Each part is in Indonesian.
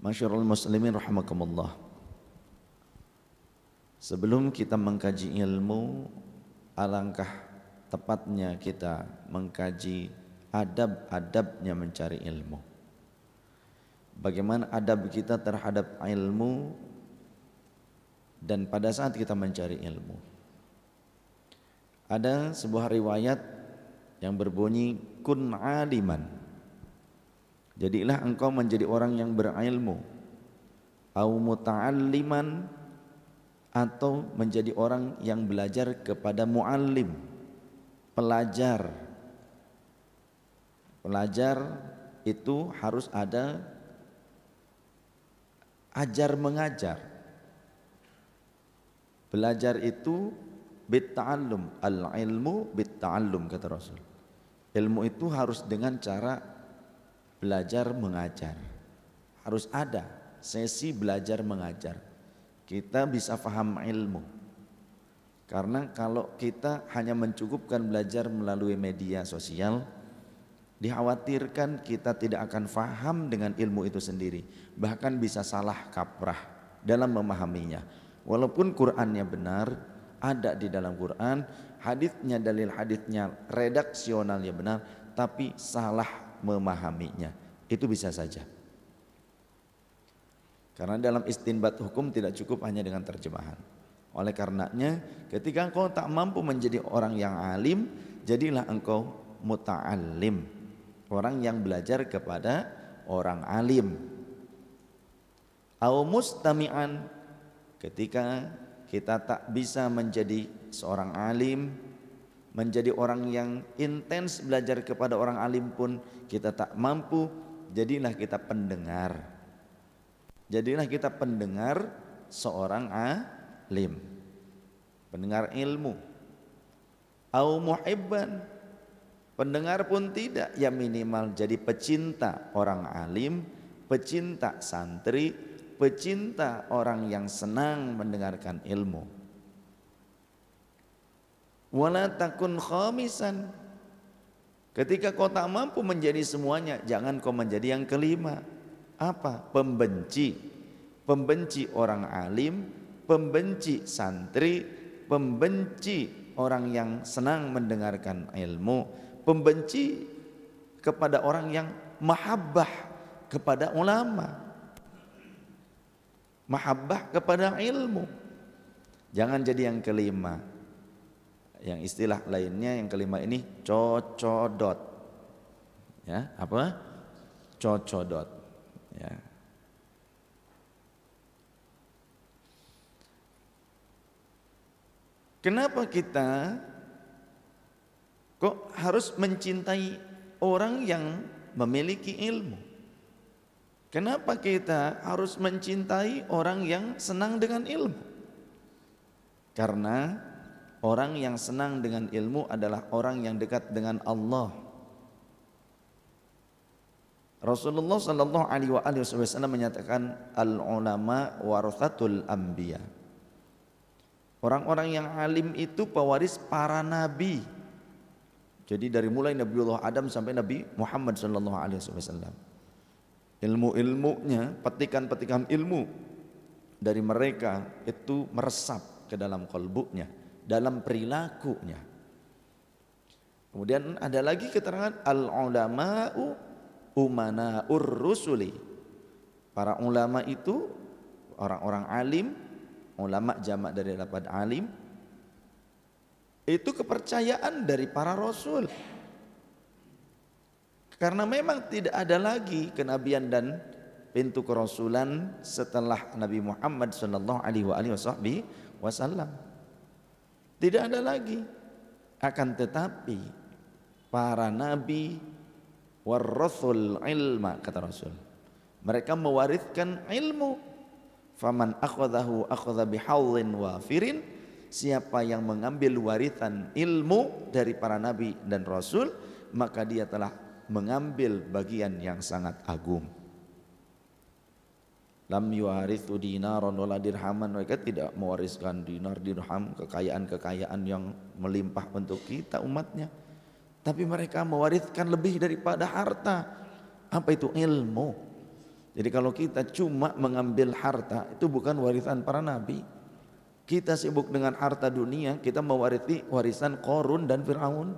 Masyarul muslimin rahimakumullah. Sebelum kita mengkaji ilmu, alangkah tepatnya kita mengkaji adab-adabnya mencari ilmu. Bagaimana adab kita terhadap ilmu dan pada saat kita mencari ilmu. Ada sebuah riwayat yang berbunyi kun aliman. Jadilah engkau menjadi orang yang berilmu, au muta'alliman, atau menjadi orang yang belajar kepada muallim, pelajar. Pelajar itu harus ada ajar mengajar. Belajar itu bitta'allum, al-ilmu bitta'allum kata Rasul. Ilmu itu harus dengan cara belajar mengajar. Harus ada sesi belajar mengajar. Kita bisa paham ilmu. Karena kalau kita hanya mencukupkan belajar melalui media sosial, dikhawatirkan kita tidak akan paham dengan ilmu itu sendiri. Bahkan bisa salah kaprah dalam memahaminya. Walaupun Qur'annya benar, ada di dalam Qur'an, haditsnya, dalil haditsnya, redaksionalnya benar, tapi salah memahaminya. Itu bisa saja. Karena dalam istinbat hukum tidak cukup hanya dengan terjemahan. Oleh karenanya ketika engkau tak mampu menjadi orang yang alim, jadilah engkau muta'allim, orang yang belajar kepada orang alim. Au mustami'an, ketika kita tak bisa menjadi seorang alim, menjadi orang yang intens belajar kepada orang alim pun kita tak mampu, jadilah kita pendengar. Jadilah kita pendengar seorang alim, pendengar ilmu. Au muhibban, pendengar pun tidak, ya minimal jadi pecinta orang alim, pecinta santri, pecinta orang yang senang mendengarkan ilmu. Wala takun khamisan, ketika kau tak mampu menjadi semuanya, jangan kau menjadi yang kelima. Apa? Pembenci. Pembenci orang alim, pembenci santri, pembenci orang yang senang mendengarkan ilmu, pembenci kepada orang yang mahabbah kepada ulama, mahabbah kepada ilmu. Jangan jadi yang kelima. Yang istilah lainnya yang kelima ini cocodot. Ya, apa? Cocodot. Ya. Kenapa kita kok harus mencintai orang yang memiliki ilmu? Kenapa kita harus mencintai orang yang senang dengan ilmu? Karena orang yang senang dengan ilmu adalah orang yang dekat dengan Allah. Rasulullah sallallahu alaihi wasallam menyatakan al-ulama warathatul anbiya. Orang-orang yang alim itu pewaris para nabi. Jadi dari mulai Nabiullah Adam sampai Nabi Muhammad sallallahu alaihi wasallam. Ilmu-ilmunya, petikan-petikan ilmu dari mereka itu meresap ke dalam kalbunya, dalam perilakunya. Kemudian ada lagi keterangan al-ulama'u umana'ur rusuli. Para ulama itu orang-orang alim, ulama jamak dari lafaz alim, itu kepercayaan dari para rasul. Karena memang tidak ada lagi kenabian dan pintu kerasulan setelah Nabi Muhammad sallallahu alaihi wasallam. Tidak ada lagi. Akan tetapi para nabi warathul ilma, kata Rasul, mereka mewariskan ilmu. Faman akhadhahu akhadha bihawlin wafirin, siapa yang mengambil warisan ilmu dari para nabi dan rasul, maka dia telah mengambil bagian yang sangat agung. Lam yuharithu dinaron wala dirhaman, mereka tidak mewariskan dinar dirham, kekayaan-kekayaan yang melimpah untuk kita umatnya, tapi mereka mewariskan lebih daripada harta. Apa itu? Ilmu. Jadi kalau kita cuma mengambil harta, itu bukan warisan para nabi. Kita sibuk dengan harta dunia, kita mewarisi warisan Qarun dan Fir'aun.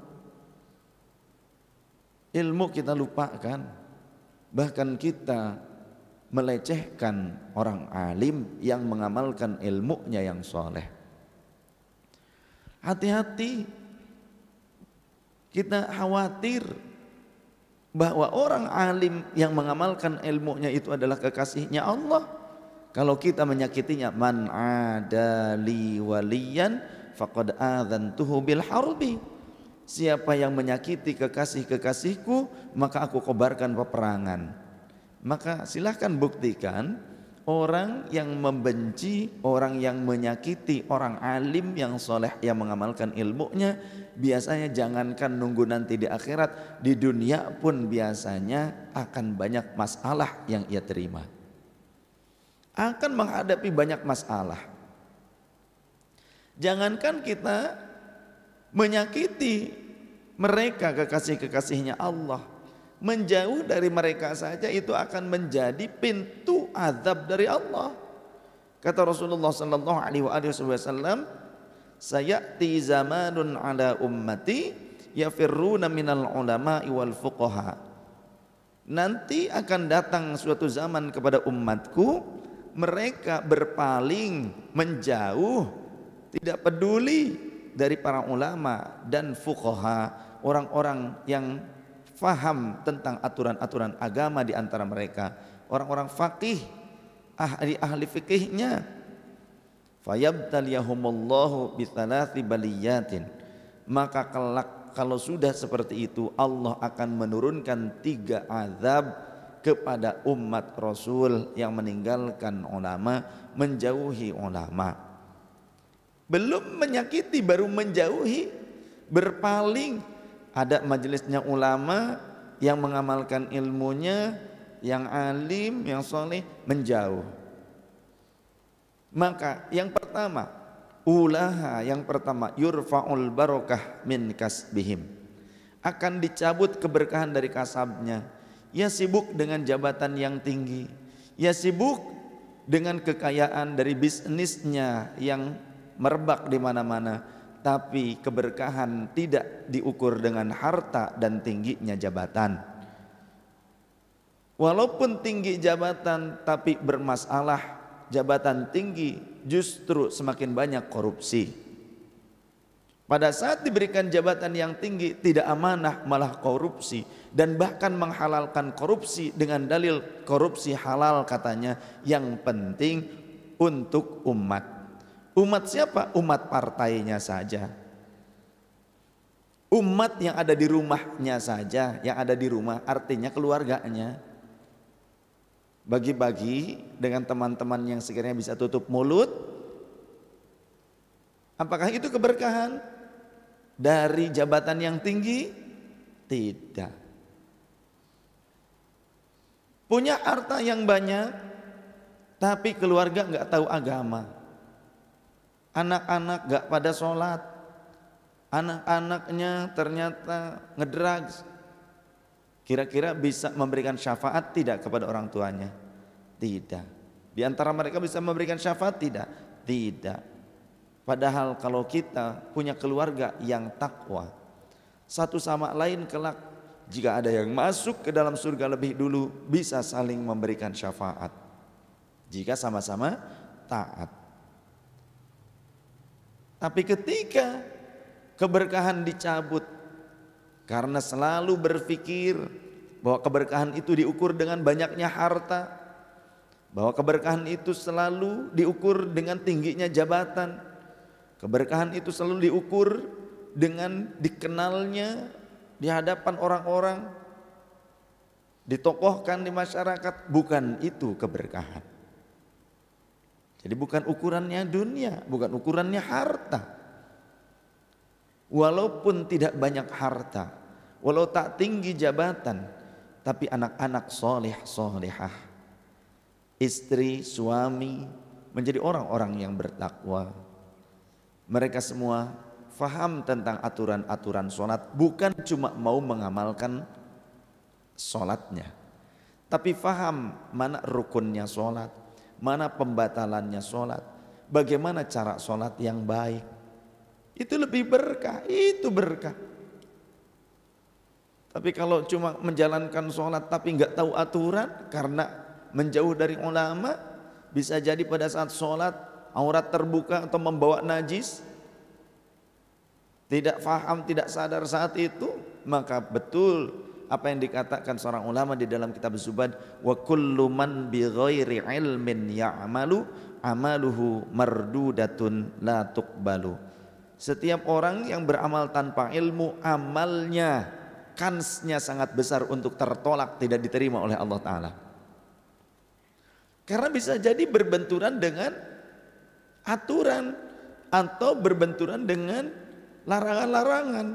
Ilmu kita lupakan, bahkan kita melecehkan orang alim yang mengamalkan ilmunya yang soleh. Hati-hati, kita khawatir bahwa orang alim yang mengamalkan ilmunya itu adalah kekasihnya Allah. Kalau kita menyakitinya, man adali waliyan faqad adzantuhu bil harbi. Siapa yang menyakiti kekasih-kekasihku, maka aku kobarkan peperangan. Maka silahkan buktikan orang yang membenci, orang yang menyakiti orang alim yang soleh yang mengamalkan ilmunya, biasanya jangankan nunggu nanti di akhirat, di dunia pun biasanya akan banyak masalah yang ia terima, akan menghadapi banyak masalah. Jangankan kita menyakiti mereka kekasih-kekasihnya Allah, menjauh dari mereka saja itu akan menjadi pintu azab dari Allah. Kata Rasulullah sallallahu alaihi wasallam, sayati zamanun ala ummati yafirruna minal ulama'i wal fuqaha. Nanti akan datang suatu zaman kepada umatku, mereka berpaling menjauh, tidak peduli dari para ulama dan fuqaha, orang-orang yang faham tentang aturan-aturan agama di antara mereka, orang-orang faqih, ahli fikihnya. Fayabtaliyahumullahu bitsalathi baliyatin, maka kelak kalau sudah seperti itu Allah akan menurunkan 3 azab kepada umat Rasul yang meninggalkan ulama, menjauhi ulama. Belum menyakiti, baru menjauhi, berpaling. Ada majelisnya ulama yang mengamalkan ilmunya, yang alim, yang soleh, menjauh. Maka yang pertama, yang pertama yurfa'ul barokah min kasbihim, akan dicabut keberkahan dari kasabnya. Ia sibuk dengan jabatan yang tinggi, ia sibuk dengan kekayaan dari bisnisnya yang merebak di mana-mana, tapi keberkahan tidak diukur dengan harta dan tingginya jabatan. Walaupun tinggi jabatan tapi bermasalah, jabatan tinggi justru semakin banyak korupsi. Pada saat diberikan jabatan yang tinggi tidak amanah, malah korupsi, dan bahkan menghalalkan korupsi dengan dalil korupsi halal katanya, yang penting untuk umat. Umat siapa? Umat partainya saja. Umat yang ada di rumahnya saja, yang ada di rumah artinya keluarganya. Bagi-bagi dengan teman-teman yang sekiranya bisa tutup mulut. Apakah itu keberkahan dari jabatan yang tinggi? Tidak. Punya harta yang banyak tapi keluarga nggak tahu agama. Anak-anak gak pada sholat, anak-anaknya ternyata ngedrugs. Kira-kira bisa memberikan syafaat tidak kepada orang tuanya? Tidak. Di antara mereka bisa memberikan syafaat tidak? Tidak. Padahal kalau kita punya keluarga yang takwa, satu sama lain kelak jika ada yang masuk ke dalam surga lebih dulu, bisa saling memberikan syafaat jika sama-sama taat. Tapi ketika keberkahan dicabut karena selalu berpikir bahwa keberkahan itu diukur dengan banyaknya harta, bahwa keberkahan itu selalu diukur dengan tingginya jabatan, keberkahan itu selalu diukur dengan dikenalnya di hadapan orang-orang, ditokohkan di masyarakat, bukan itu keberkahan. Jadi bukan ukurannya dunia, bukan ukurannya harta. Walaupun tidak banyak harta, walau tak tinggi jabatan, tapi anak-anak soleh solehah, istri, suami menjadi orang-orang yang bertakwa. Mereka semua faham tentang aturan-aturan sholat, bukan cuma mau mengamalkan sholatnya, tapi faham mana rukunnya sholat, mana pembatalannya sholat, bagaimana cara sholat yang baik. Itu lebih berkah, itu berkah. Tapi kalau cuma menjalankan sholat tapi nggak tahu aturan karena menjauh dari ulama, bisa jadi pada saat sholat aurat terbuka atau membawa najis, tidak faham, tidak sadar saat itu, maka betul apa yang dikatakan seorang ulama di dalam kitab Zubad, wa kullu man bi ghairi ilmin ya'malu amaluhu mardudatun la tuqbalu. Setiap orang yang beramal tanpa ilmu, amalnya kansnya sangat besar untuk tertolak, tidak diterima oleh Allah Ta'ala. Karena bisa jadi berbenturan dengan aturan atau berbenturan dengan larangan-larangan.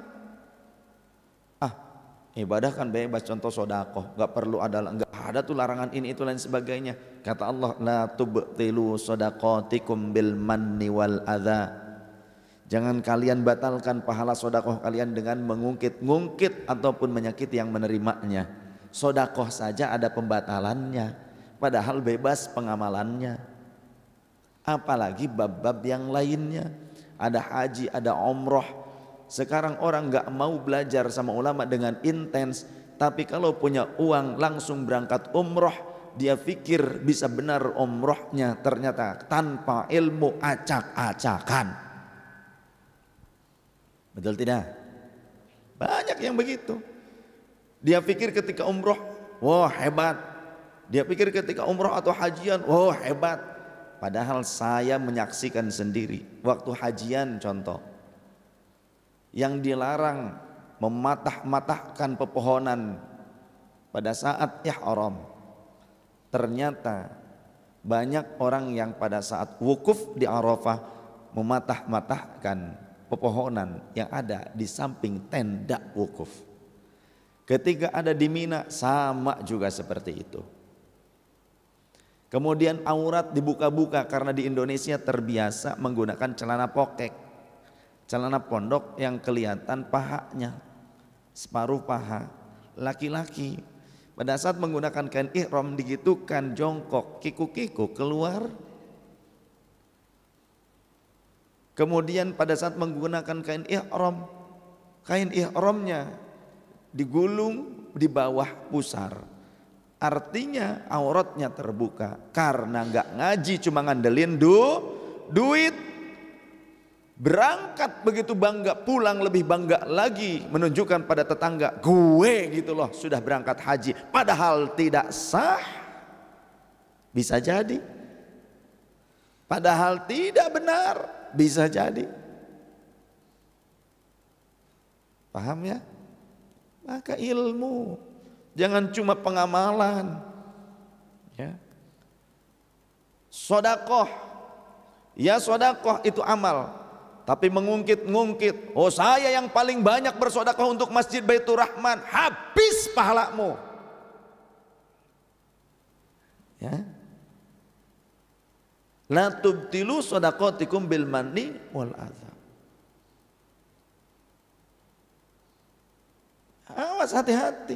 Ibadah kan bebas, contoh sodakoh, nggak perlu nggak ada tuh larangan ini itu lain sebagainya. Kata Allah, la tubtilu sodakotikum bil manni wal adha. Jangan kalian batalkan pahala sodakoh kalian dengan mengungkit-ngungkit ataupun menyakiti yang menerimanya. Sodakoh saja ada pembatalannya, padahal bebas pengamalannya. Apalagi bab-bab yang lainnya, ada haji, ada umroh. Sekarang orang nggak mau belajar sama ulama dengan intens, tapi kalau punya uang langsung berangkat umroh, dia pikir bisa benar umrohnya, ternyata tanpa ilmu acak-acakan. Betul tidak? Banyak yang begitu. Dia pikir ketika umroh, wah hebat. Dia pikir ketika umroh atau hajian, wah hebat. Padahal saya menyaksikan sendiri waktu hajian contoh, yang dilarang mematah-matahkan pepohonan pada saat ihram. Ternyata banyak orang yang pada saat wukuf di Arafah mematah-matahkan pepohonan yang ada di samping tenda wukuf. Ketika ada di Mina sama juga seperti itu. Kemudian aurat dibuka-buka karena di Indonesia terbiasa menggunakan celana pokek, celana pondok yang kelihatan pahanya, separuh paha. Laki-laki pada saat menggunakan kain ihram digitukan jongkok, kiku-kiku keluar. Kemudian pada saat menggunakan kain ihramnya digulung di bawah pusar. Artinya auratnya terbuka karena nggak ngaji, cuma ngandelin duit. Berangkat begitu bangga, pulang lebih bangga lagi, menunjukkan pada tetangga, gue gitu loh sudah berangkat haji, padahal tidak sah. Bisa jadi, padahal tidak benar, bisa jadi. Paham ya? Maka ilmu, jangan cuma pengamalan ya. Sodakoh, ya sodakoh itu amal, tapi mengungkit-ngungkit, oh saya yang paling banyak bersodakoh untuk Masjid Baitur Rahman, habis pahalamu ya. La tubtilu sodakotikum bil manni wal adha. Awas, hati-hati.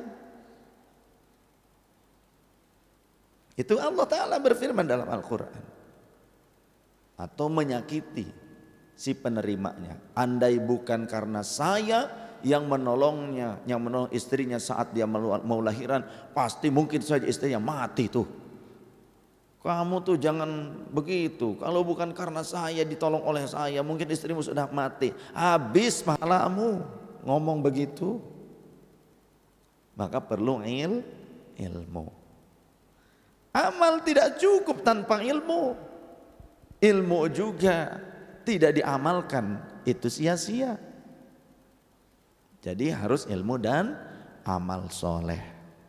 Itu Allah Ta'ala berfirman dalam Al-Quran. Atau menyakiti si penerimanya. Andai bukan karena saya yang menolongnya, yang menolong istrinya saat dia mau lahiran, pasti mungkin saja istrinya mati tuh. Kamu tuh jangan begitu. Kalau bukan karena saya, ditolong oleh saya, mungkin istrimu sudah mati. Habis pahalamu ngomong begitu. Maka perlu ilmu. Amal tidak cukup tanpa ilmu. Ilmu juga tidak diamalkan, itu sia-sia. Jadi harus ilmu dan amal soleh.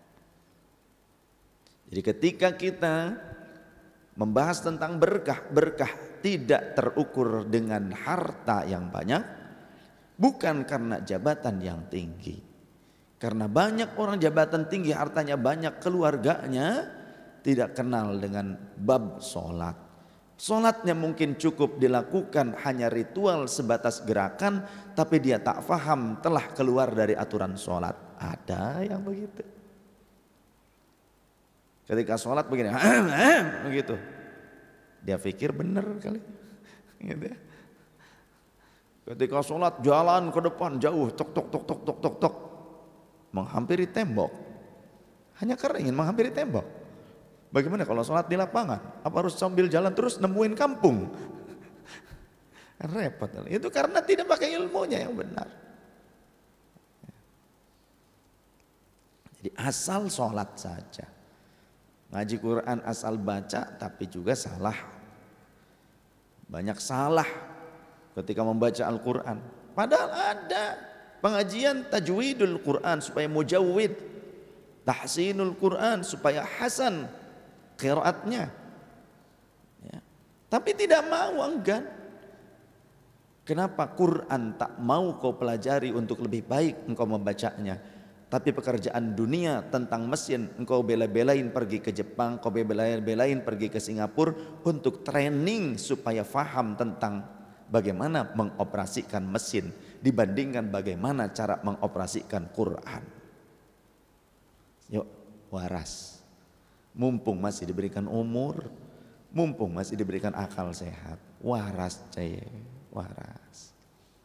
Jadi ketika kita membahas tentang berkah tidak terukur dengan harta yang banyak, bukan karena jabatan yang tinggi. Karena banyak orang jabatan tinggi, hartanya banyak, keluarganya tidak kenal dengan bab sholat. Sholatnya mungkin cukup dilakukan hanya ritual sebatas gerakan, tapi dia tak faham telah keluar dari aturan sholat. Ada yang begitu. Ketika sholat begini, begitu. Dia pikir benar kali. Gitu ya. Ketika sholat jalan ke depan jauh, tok tok tok tok tok tok tok, menghampiri tembok. Hanya karena ingin menghampiri tembok. Bagaimana kalau sholat di lapangan? Apa harus sambil jalan terus nemuin kampung? Repot. Itu karena tidak pakai ilmunya yang benar. Jadi asal sholat saja. Ngaji Quran asal baca tapi juga salah. Banyak salah ketika membaca Al-Quran. Padahal ada pengajian tajwidul Quran supaya mujawwid, tahsinul Quran supaya hasan qiraatnya. Ya. Tapi tidak mau, enggan. Kenapa Quran tak mau kau pelajari untuk lebih baik engkau membacanya? Tapi pekerjaan dunia tentang mesin engkau bela-belain pergi ke Jepang, kau bela-belain pergi ke Singapura untuk training supaya faham tentang bagaimana mengoperasikan mesin dibandingkan bagaimana cara mengoperasikan Quran. Yuk waras. Mumpung masih diberikan umur, mumpung masih diberikan akal sehat, waras caya, waras.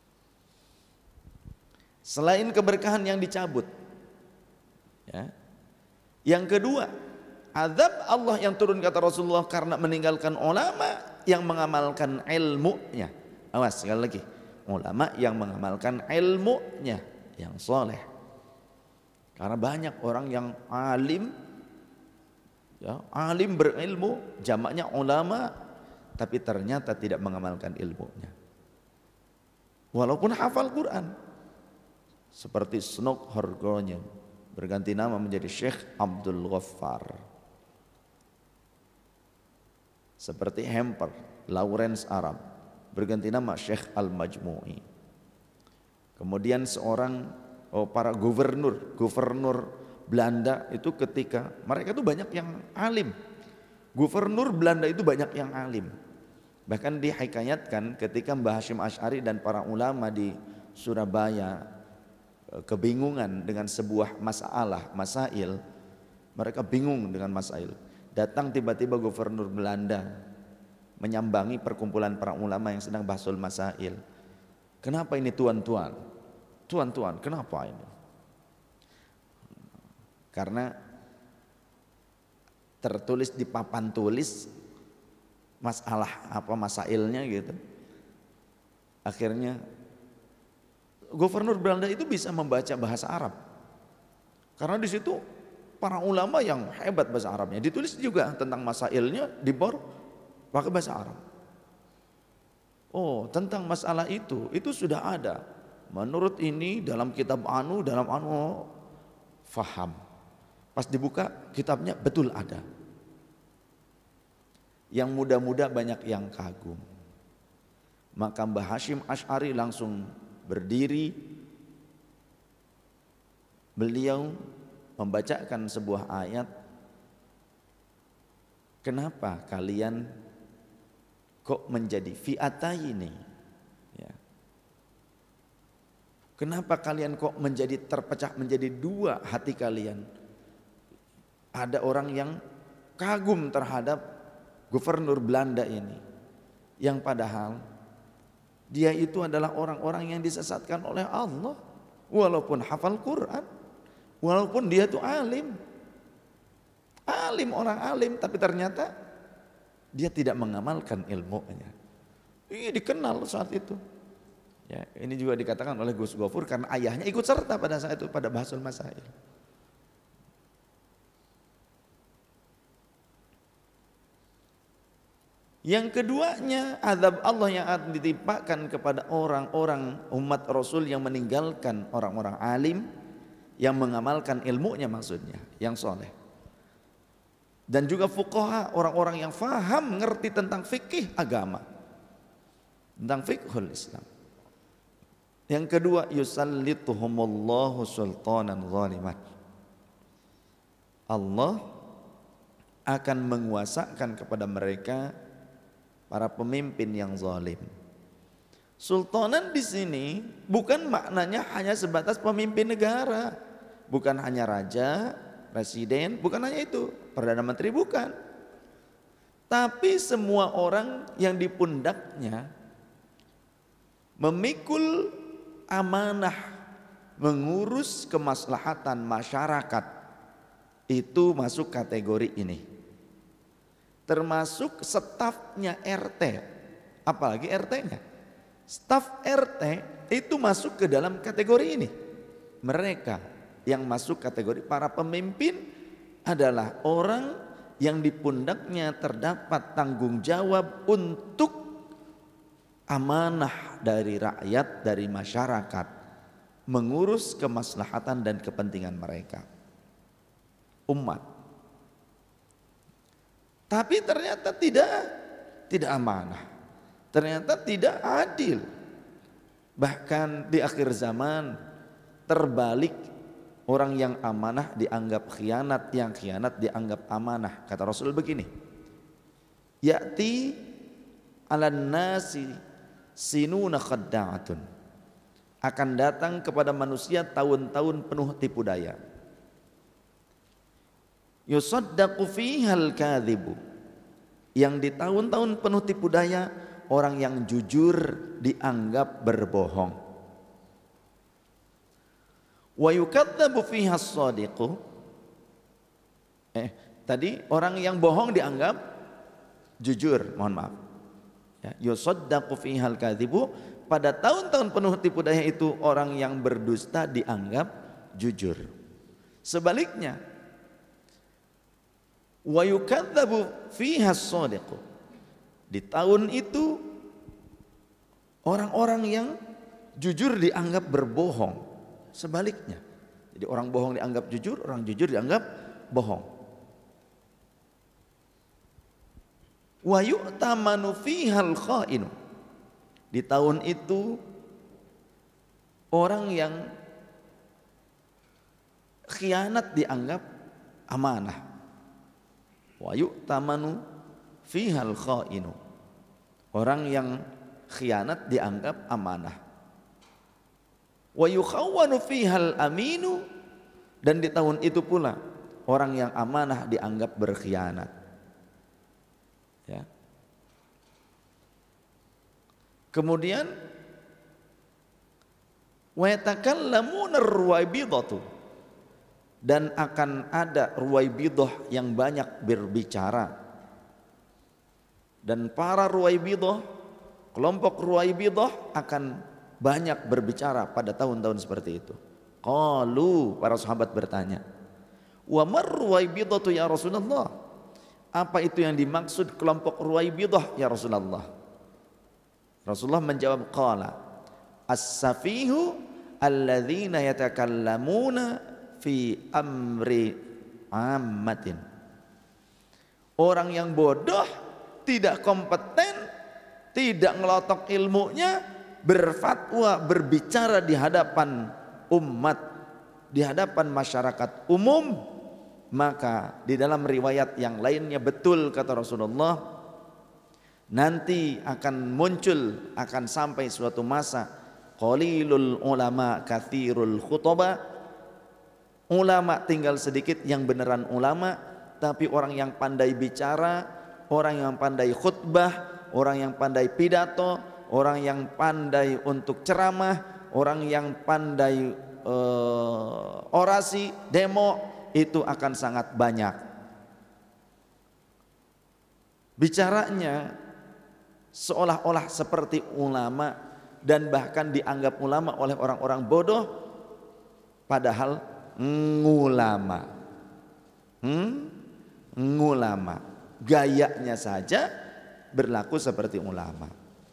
Selain keberkahan yang dicabut, ya. Yang kedua, azab Allah yang turun kata Rasulullah karena meninggalkan ulama yang mengamalkan ilmunya. Awas sekali lagi, ulama yang mengamalkan ilmunya yang soleh. Karena banyak orang yang alim, ya, alim berilmu, jamaknya ulama, tapi ternyata tidak mengamalkan ilmunya. Walaupun hafal Quran, seperti Snok Horgonyen berganti nama menjadi Syekh Abdul Ghaffar. Seperti Hemper, Lawrence Arab berganti nama Syekh Al-Majmu'i. Kemudian seorang para gubernur Belanda itu ketika mereka itu banyak yang alim. Gubernur Belanda itu banyak yang alim. Bahkan dihikayatkan ketika Mbah Hasyim Asy'ari dan para ulama di Surabaya kebingungan dengan sebuah masail, mereka bingung dengan masail. Datang tiba-tiba gubernur Belanda menyambangi perkumpulan para ulama yang sedang bahsul masail. Kenapa ini tuan-tuan? Tuan-tuan, kenapa ini? Karena tertulis di papan tulis masailnya gitu. Akhirnya Gubernur Belanda itu bisa membaca bahasa Arab. Karena di situ para ulama yang hebat bahasa Arabnya. Ditulis juga tentang masailnya di bor pakai bahasa Arab. Oh, tentang masalah itu sudah ada. Menurut ini dalam kitab dalam faham. Pas dibuka kitabnya betul ada. Yang muda-muda banyak yang kagum. Maka Mbah Hasyim Asy'ari langsung berdiri, beliau membacakan sebuah ayat. Kenapa kalian kok menjadi fi'ataini? Ya. Kenapa kalian kok menjadi terpecah menjadi dua hati kalian? Ada orang yang kagum terhadap gubernur Belanda ini, yang padahal dia itu adalah orang-orang yang disesatkan oleh Allah. Walaupun hafal Quran, walaupun dia itu alim, orang alim, tapi ternyata dia tidak mengamalkan ilmunya. Ini dikenal saat itu. Ya, ini juga dikatakan oleh Gus Gofur karena ayahnya ikut serta pada saat itu pada bahsul masail. Yang keduanya, azab Allah yang akan ditimpakan kepada orang-orang umat Rasul yang meninggalkan orang-orang alim yang mengamalkan ilmunya, maksudnya yang soleh. Dan juga fuqaha, orang-orang yang faham ngerti tentang fikih agama, tentang fiqhul Islam. Yang kedua, yusallituhumullahu sultanan zaliman. Allah akan menguasakan kepada mereka para pemimpin yang zalim. Sultanan di sini bukan maknanya hanya sebatas pemimpin negara, bukan hanya raja, presiden, bukan hanya itu, perdana menteri bukan. Tapi semua orang yang di pundaknya memikul amanah mengurus kemaslahatan masyarakat itu masuk kategori ini. Termasuk stafnya RT, apalagi RT-nya. Staf RT itu masuk ke dalam kategori ini. Mereka yang masuk kategori para pemimpin adalah orang yang di pundaknya terdapat tanggung jawab untuk amanah dari rakyat, dari masyarakat, mengurus kemaslahatan dan kepentingan mereka, umat. Tapi ternyata tidak amanah, ternyata tidak adil. Bahkan di akhir zaman terbalik, orang yang amanah dianggap khianat, yang khianat dianggap amanah. Kata Rasul begini, ya'ti 'alan nasi sinuna khadda'atun, akan datang kepada manusia tahun-tahun penuh tipu daya. Yusaddaqu fihal kadhibu, yang di tahun-tahun penuh tipu daya orang yang jujur dianggap berbohong. Wa yukadzabu fiha as-shadiqu, tadi orang yang bohong dianggap jujur, mohon maaf. Ya, yusaddaqu fihal kadhibu, pada tahun-tahun penuh tipu daya itu orang yang berdusta dianggap jujur. Sebaliknya, wa yukadzabu fiha as-shadiqu, di tahun itu orang-orang yang jujur dianggap berbohong. Sebaliknya, jadi orang bohong dianggap jujur, orang jujur dianggap bohong. Wa yu'tamanu fihal kha'inu, di tahun itu orang yang khianat dianggap amanah. Wa yu'tamanu fihal kha'inu, orang yang khianat dianggap amanah. Wa yukhawwanu fihal aminu, dan di tahun itu pula orang yang amanah dianggap berkhianat. Ya. Kemudian wa yatakallamuna ar-ruwaibidatu, dan akan ada ruwaibidah yang banyak berbicara. Dan para ruwaibidah, kelompok ruwaibidah akan banyak berbicara pada tahun-tahun seperti itu. Qalu, para sahabat bertanya, wa mar ruwaibidatu ya Rasulullah, apa itu yang dimaksud kelompok ruwaibidah ya Rasulullah? Rasulullah menjawab, qala as-safihu alladzina yatakallamuna fi amri ammatin, orang yang bodoh, tidak kompeten, tidak ngelotok ilmunya, berfatwa, berbicara di hadapan umat, di hadapan masyarakat umum. Maka di dalam riwayat yang lainnya betul kata Rasulullah, nanti akan muncul, akan sampai suatu masa, qalilul ulama kathirul khutaba, ulama tinggal sedikit yang beneran ulama, tapi orang yang pandai bicara, orang yang pandai khutbah, orang yang pandai pidato, orang yang pandai untuk ceramah, orang yang pandai orasi, demo, itu akan sangat banyak. Bicaranya seolah-olah seperti ulama, dan bahkan dianggap ulama oleh orang-orang bodoh, padahal ngulama. Ngulama, gayanya saja berlaku seperti ulama.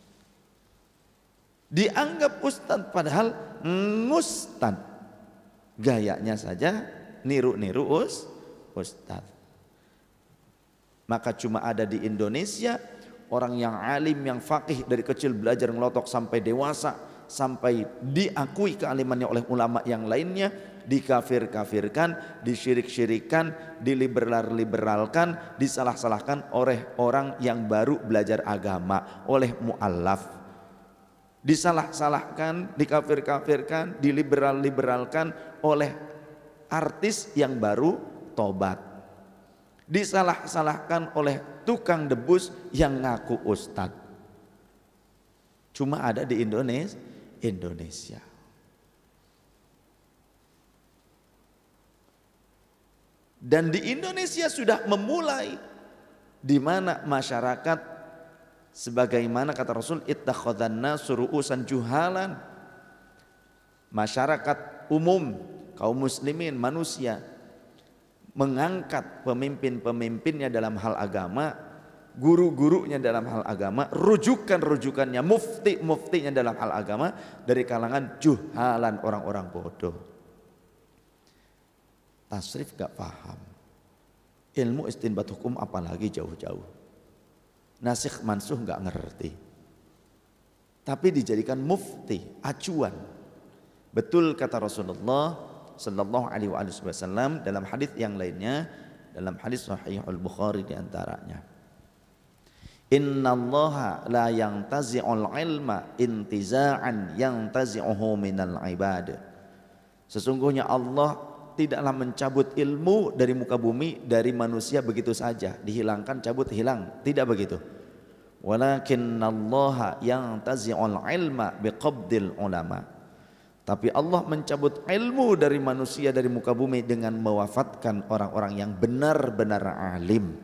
Dianggap ustadz padahal ngustadz, gayanya saja niru-niru ustadz. Maka cuma ada di Indonesia orang yang alim, yang faqih, dari kecil belajar ngelotok sampai dewasa, sampai diakui kealimannya oleh ulama yang lainnya, dikafir-kafirkan, disyirik-syirikan, diliberal-liberalkan, disalah-salahkan oleh orang yang baru belajar agama, oleh mu'allaf. Disalah-salahkan, dikafir-kafirkan, diliberal-liberalkan oleh artis yang baru tobat. Disalah-salahkan oleh tukang debus yang ngaku ustadz. Cuma ada di Indonesia. Dan di Indonesia sudah memulai di mana masyarakat sebagaimana kata Rasul ittakhadhan nasu ru'usan juhalan. Masyarakat umum, kaum muslimin, manusia mengangkat pemimpin-pemimpinnya dalam hal agama, guru-gurunya dalam hal agama, rujukan-rujukannya, mufti-muftinya dalam hal agama dari kalangan juhalan, orang-orang bodoh. Tasrif gak paham, ilmu istinbat hukum apalagi jauh-jauh, nasikh mansuh gak ngerti, tapi dijadikan mufti, acuan. Betul kata Rasulullah Sallallahu Alaihi Wasallam dalam hadis yang lainnya, dalam hadis Sahih Al-Bukhari diantaranya, Innallaha la yantazi'ul ilma intiza'an yantazi'uhu minal ibad. Sesungguhnya Allah tidaklah mencabut ilmu dari muka bumi dari manusia begitu saja, dihilangkan, cabut, hilang, tidak begitu. Walakinnallaha yantazi'ul ilma biqabdil ulama. Tapi Allah mencabut ilmu dari manusia dari muka bumi dengan mewafatkan orang-orang yang benar-benar alim.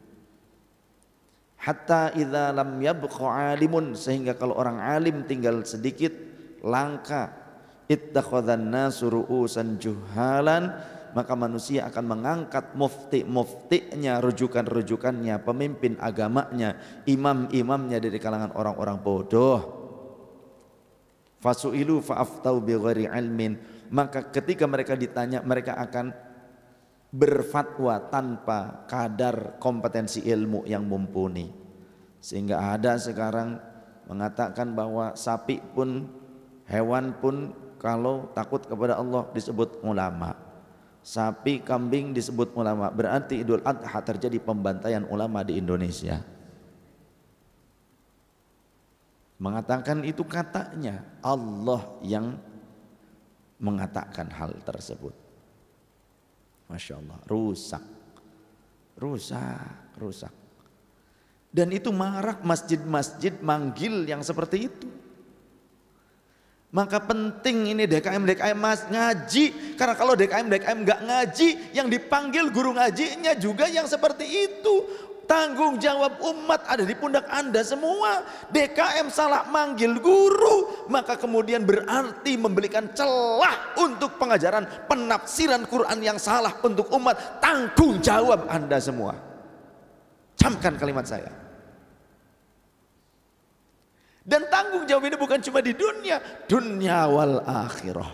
Hatta idza lam yabqa alimun, sehingga kalau orang alim tinggal sedikit, langka. Ittakhadhan nasu ru'usan juhalan, maka manusia akan mengangkat mufti-muftinya, rujukan-rujukannya, pemimpin agamanya, imam-imamnya dari kalangan orang-orang bodoh. Fasu'ilu fa'aftau bighairi ilmin, maka ketika mereka ditanya mereka akan berfatwa tanpa kadar kompetensi ilmu yang mumpuni. Sehingga ada sekarang mengatakan bahwa sapi pun, hewan pun kalau takut kepada Allah disebut ulama. Sapi, kambing disebut ulama. Berarti Idul Adha terjadi pembantaian ulama di Indonesia. Mengatakan itu katanya Allah yang mengatakan hal tersebut. Masya Allah, rusak. Dan itu marak masjid-masjid manggil yang seperti itu. Maka penting ini DKM ngaji, karena kalau DKM nggak ngaji, yang dipanggil guru ngajinya juga yang seperti itu. Tanggung jawab umat ada di pundak Anda semua. DKM salah manggil guru, maka kemudian berarti memberikan celah untuk pengajaran penafsiran Quran yang salah untuk umat. Tanggung jawab Anda semua. Camkan kalimat saya. Dan tanggung jawab ini bukan cuma di dunia wal akhirah.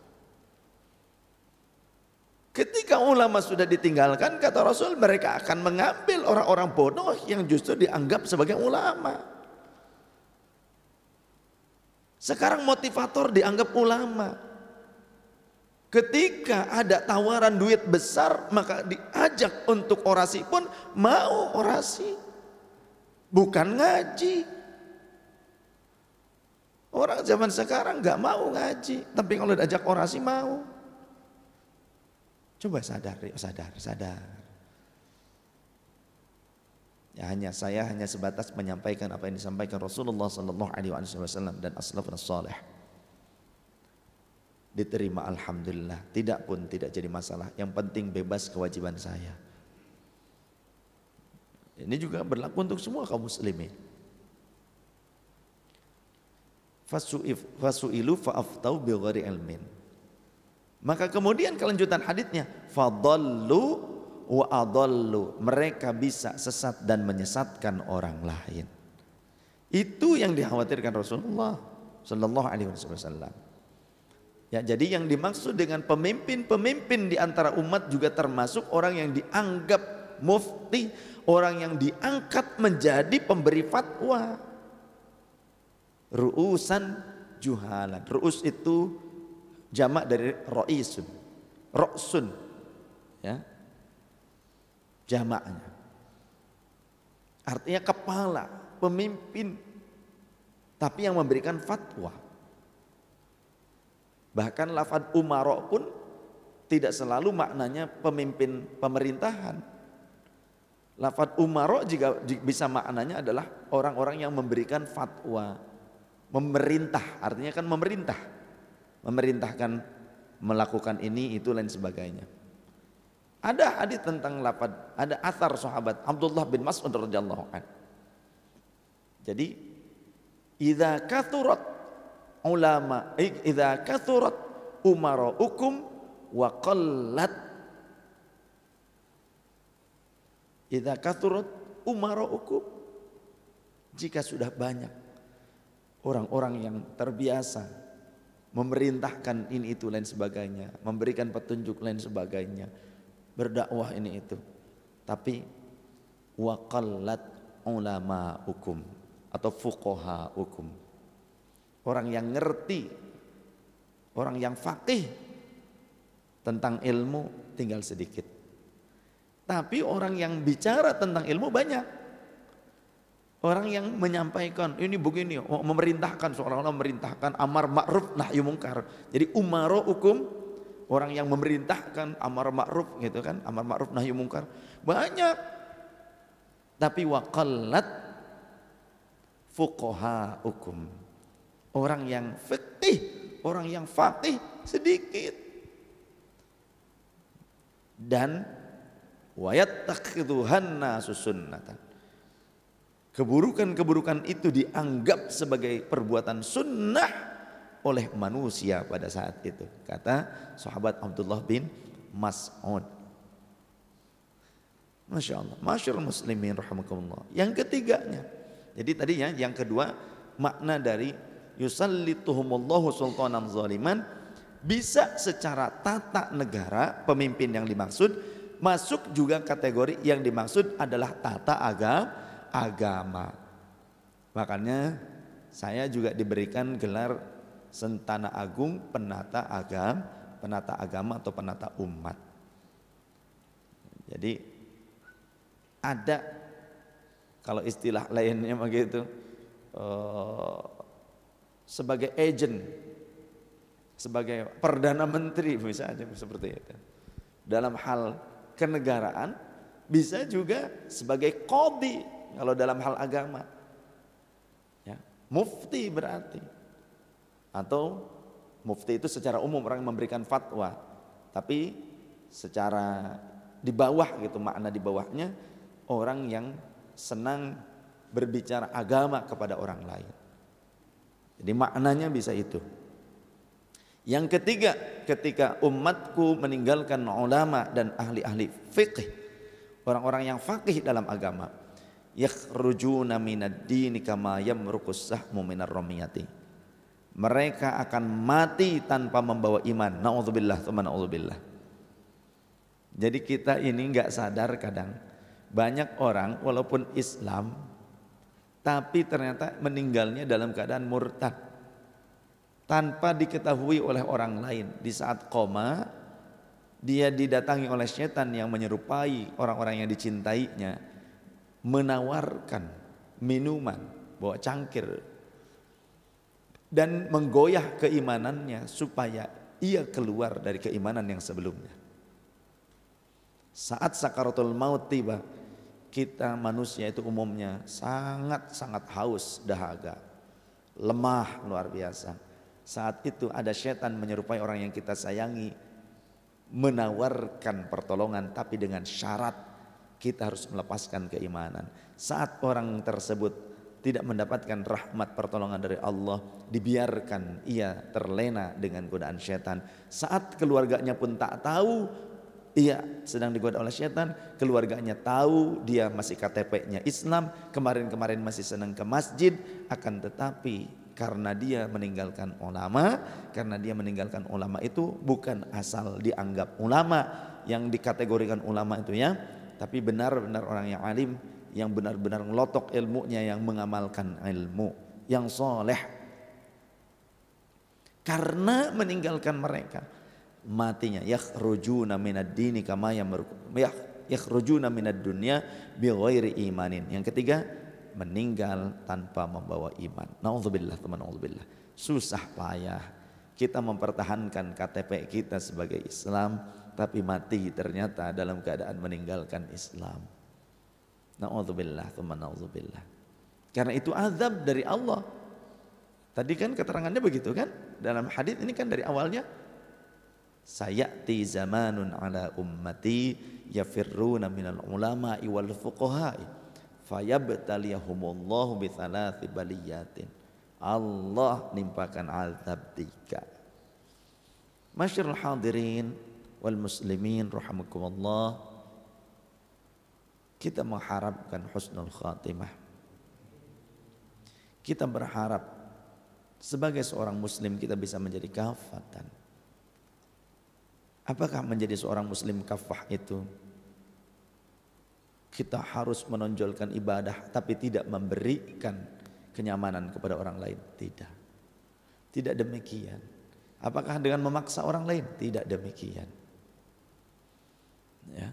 Ketika ulama sudah ditinggalkan, kata Rasul, mereka akan mengambil orang-orang bodoh yang justru dianggap sebagai ulama. Sekarang motivator dianggap ulama. Ketika ada tawaran duit besar, maka diajak untuk orasi pun mau orasi, bukan ngaji. Orang zaman sekarang nggak mau ngaji, tapi kalau diajak orasi mau. Coba sadar. Ya, saya hanya sebatas menyampaikan apa yang disampaikan Rasulullah Sallallahu Alaihi Wasallam dan as-salafun salih. Diterima alhamdulillah, tidak pun tidak jadi masalah. Yang penting bebas kewajiban saya. Ini juga berlaku untuk semua kaum muslimin. Fasu'ilu fa'aftau bighairi ilmin. Maka kemudian kelanjutan haditsnya, fadallu wa adallu, mereka bisa sesat dan menyesatkan orang lain. Itu yang dikhawatirkan Rasulullah Sallallahu Alaihi Wasallam. Ya, jadi yang dimaksud dengan pemimpin-pemimpin di antara umat juga termasuk orang yang dianggap mufti, orang yang diangkat menjadi pemberi fatwa. Ru'usan juhalan. Ru'us itu jamak dari ro'isun, ro'sun, ya, jamaknya. Artinya kepala, pemimpin, tapi yang memberikan fatwa. Bahkan lafaz umaro pun tidak selalu maknanya pemimpin pemerintahan. Lafadz umaro juga bisa maknanya adalah orang-orang yang memberikan fatwa, memerintah, artinya kan memerintah, memerintahkan melakukan ini itu lain sebagainya. Ada hadis tentang lafadz, ada athar sahabat Abdullah bin Mas'ud radhiyallahu anhu. Jadi idza kathurat ulama, idza kathurat umaraukum wa qallat, idza kathurat umaraukum, jika sudah banyak orang-orang yang terbiasa memerintahkan ini itu lain sebagainya, memberikan petunjuk lain sebagainya, berdakwah ini itu, tapi wa qallat ulamaukum atau fuqahaukum, orang yang ngerti, orang yang faqih tentang ilmu tinggal sedikit. Tapi orang yang bicara tentang ilmu banyak. Orang yang menyampaikan ini begini, memerintahkan, seolah-olah memerintahkan amar ma'ruf nahi munkar. Jadi umaraukum, orang yang memerintahkan amar ma'ruf gitu kan, amar ma'ruf nahi munkar banyak. Tapi waqallat fuqahaukum, orang yang fikih, orang yang faqih sedikit. Dan wayattakhidhuhan nasu sunnatan, keburukan-keburukan itu dianggap sebagai perbuatan sunnah oleh manusia pada saat itu, kata sahabat Abdullah bin Mas'ud. Masya Allah, masyarul muslimin rahimakumullah. Yang ketiganya, jadi tadinya yang kedua makna dari yusallituhumullahu sultanan zaliman, bisa secara tata negara pemimpin yang dimaksud, masuk juga kategori yang dimaksud adalah tata agama. Makanya saya juga diberikan gelar Sentana Agung Penata Agama atau Penata Umat. Jadi ada, kalau istilah lainnya begitu, sebagai agent, sebagai perdana menteri misalnya seperti itu. Dalam hal kenegaraan, bisa juga sebagai qadhi kalau dalam hal agama. Ya, mufti berarti. Atau mufti itu secara umum orang yang memberikan fatwa, tapi secara di bawah gitu, makna di bawahnya orang yang senang berbicara agama kepada orang lain. Jadi maknanya bisa itu. Yang ketiga, ketika umatku meninggalkan ulama dan ahli-ahli fiqh, orang-orang yang faqih dalam agama, yakhrujuna minad dini kama yamruqus sahmu minar ramiyati, mereka akan mati tanpa membawa iman. Na'udzubillah, tsumma na'udzubillah. Jadi kita ini enggak sadar kadang banyak orang walaupun Islam tapi ternyata meninggalnya dalam keadaan murtad tanpa diketahui oleh orang lain. Di saat koma dia didatangi oleh setan yang menyerupai orang-orang yang dicintainya, menawarkan minuman, bawa cangkir, dan menggoyah keimanannya supaya ia keluar dari keimanan yang sebelumnya. Saat sakaratul maut tiba, kita manusia itu umumnya sangat-sangat haus, dahaga, lemah luar biasa. Saat itu ada setan menyerupai orang yang kita sayangi, menawarkan pertolongan tapi dengan syarat kita harus melepaskan keimanan. Saat orang tersebut tidak mendapatkan rahmat pertolongan dari Allah, dibiarkan ia terlena dengan godaan setan. Saat keluarganya pun tak tahu ia sedang digoda oleh setan, keluarganya tahu dia masih KTP-nya Islam, kemarin-kemarin masih senang ke masjid, akan tetapi karena dia meninggalkan ulama, karena dia meninggalkan ulama itu bukan asal dianggap ulama yang dikategorikan ulama itu ya, tapi benar-benar orang yang alim, yang benar-benar ngelotok ilmunya, yang mengamalkan ilmu, yang soleh. Karena meninggalkan mereka, matinya yakhrujuna minad dini kama yakhrujuna minad dunya bighairi imanin. Yang ketiga, meninggal tanpa membawa iman. Nauzubillah, susah payah kita mempertahankan KTP kita sebagai Islam tapi mati ternyata dalam keadaan meninggalkan Islam. Na'udzubillah, tsumma na'udzubillah. Karena itu azab dari Allah. Tadi kan keterangannya begitu kan? Dalam hadis ini kan dari awalnya sayati zamanun ala ummati yafirruna minal ulama'i wal fuqaha'i fayabtaliyahumullahu bi thalathi baliyatin. Allah nimpakan azab 3. Masyarul hadirin wal muslimin rahimakumullah, kita mengharapkan husnul khatimah. Kita berharap sebagai seorang muslim kita bisa menjadi kafatan. Apakah menjadi seorang muslim kafah itu kita harus menonjolkan ibadah tapi tidak memberikan kenyamanan kepada orang lain? Tidak. Tidak demikian. Apakah dengan memaksa orang lain? Tidak demikian. Ya.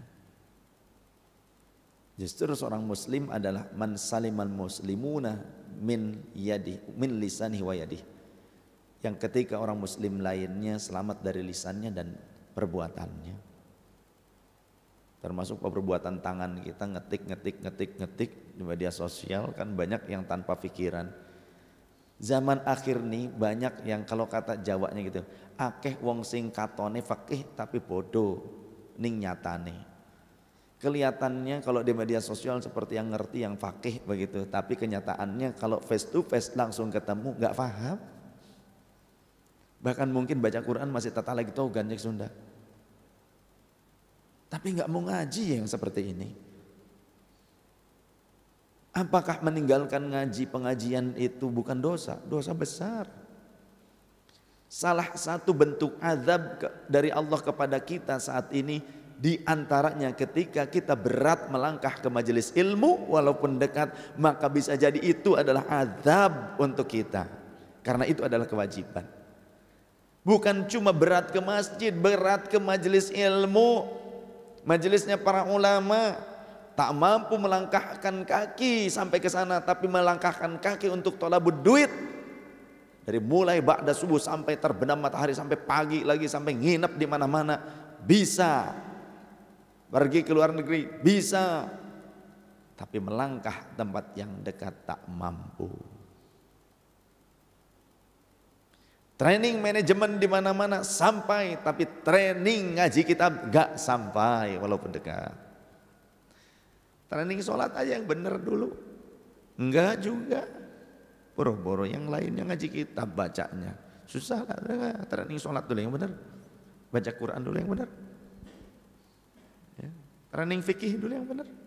Justru seorang muslim adalah man salimal muslimuna min lisanihi wa yadihi. Yang ketika orang muslim lainnya selamat dari lisannya dan perbuatannya. Termasuk perbuatan tangan kita, ngetik di media sosial kan banyak yang tanpa pikiran. Zaman akhir nih banyak yang kalau kata Jawanya gitu, akeh wong sing katone fakih tapi bodoh ning nyatane. Kelihatannya kalau di media sosial seperti yang ngerti, yang fakih begitu, tapi kenyataannya kalau face to face langsung ketemu nggak paham. Bahkan mungkin baca Quran masih tata lagi tahu ganjek Sunda. Tapi nggak mau ngaji yang seperti ini. Apakah meninggalkan ngaji pengajian itu bukan dosa? Dosa besar. Salah satu bentuk azab dari Allah kepada kita saat ini di antaranya ketika kita berat melangkah ke majelis ilmu walaupun dekat, maka bisa jadi itu adalah azab untuk kita. Karena itu adalah kewajiban. Bukan cuma berat ke masjid, berat ke majelis ilmu, majelisnya para ulama, tak mampu melangkahkan kaki sampai ke sana, tapi melangkahkan kaki untuk thalabud duit. Dari mulai ba'da subuh sampai terbenam matahari, sampai pagi lagi, sampai nginep di mana-mana, bisa. Pergi ke luar negeri bisa, tapi melangkah tempat yang dekat tak mampu. Training manajemen di mana-mana sampai, tapi training ngaji kitab gak sampai walaupun dekat. Training sholat aja yang benar dulu, enggak juga. Boro-boro yang lain yang ngaji kitab bacanya susah lah. Training sholat dulu yang benar, baca Quran dulu yang benar. Training fikih dulu yang benar.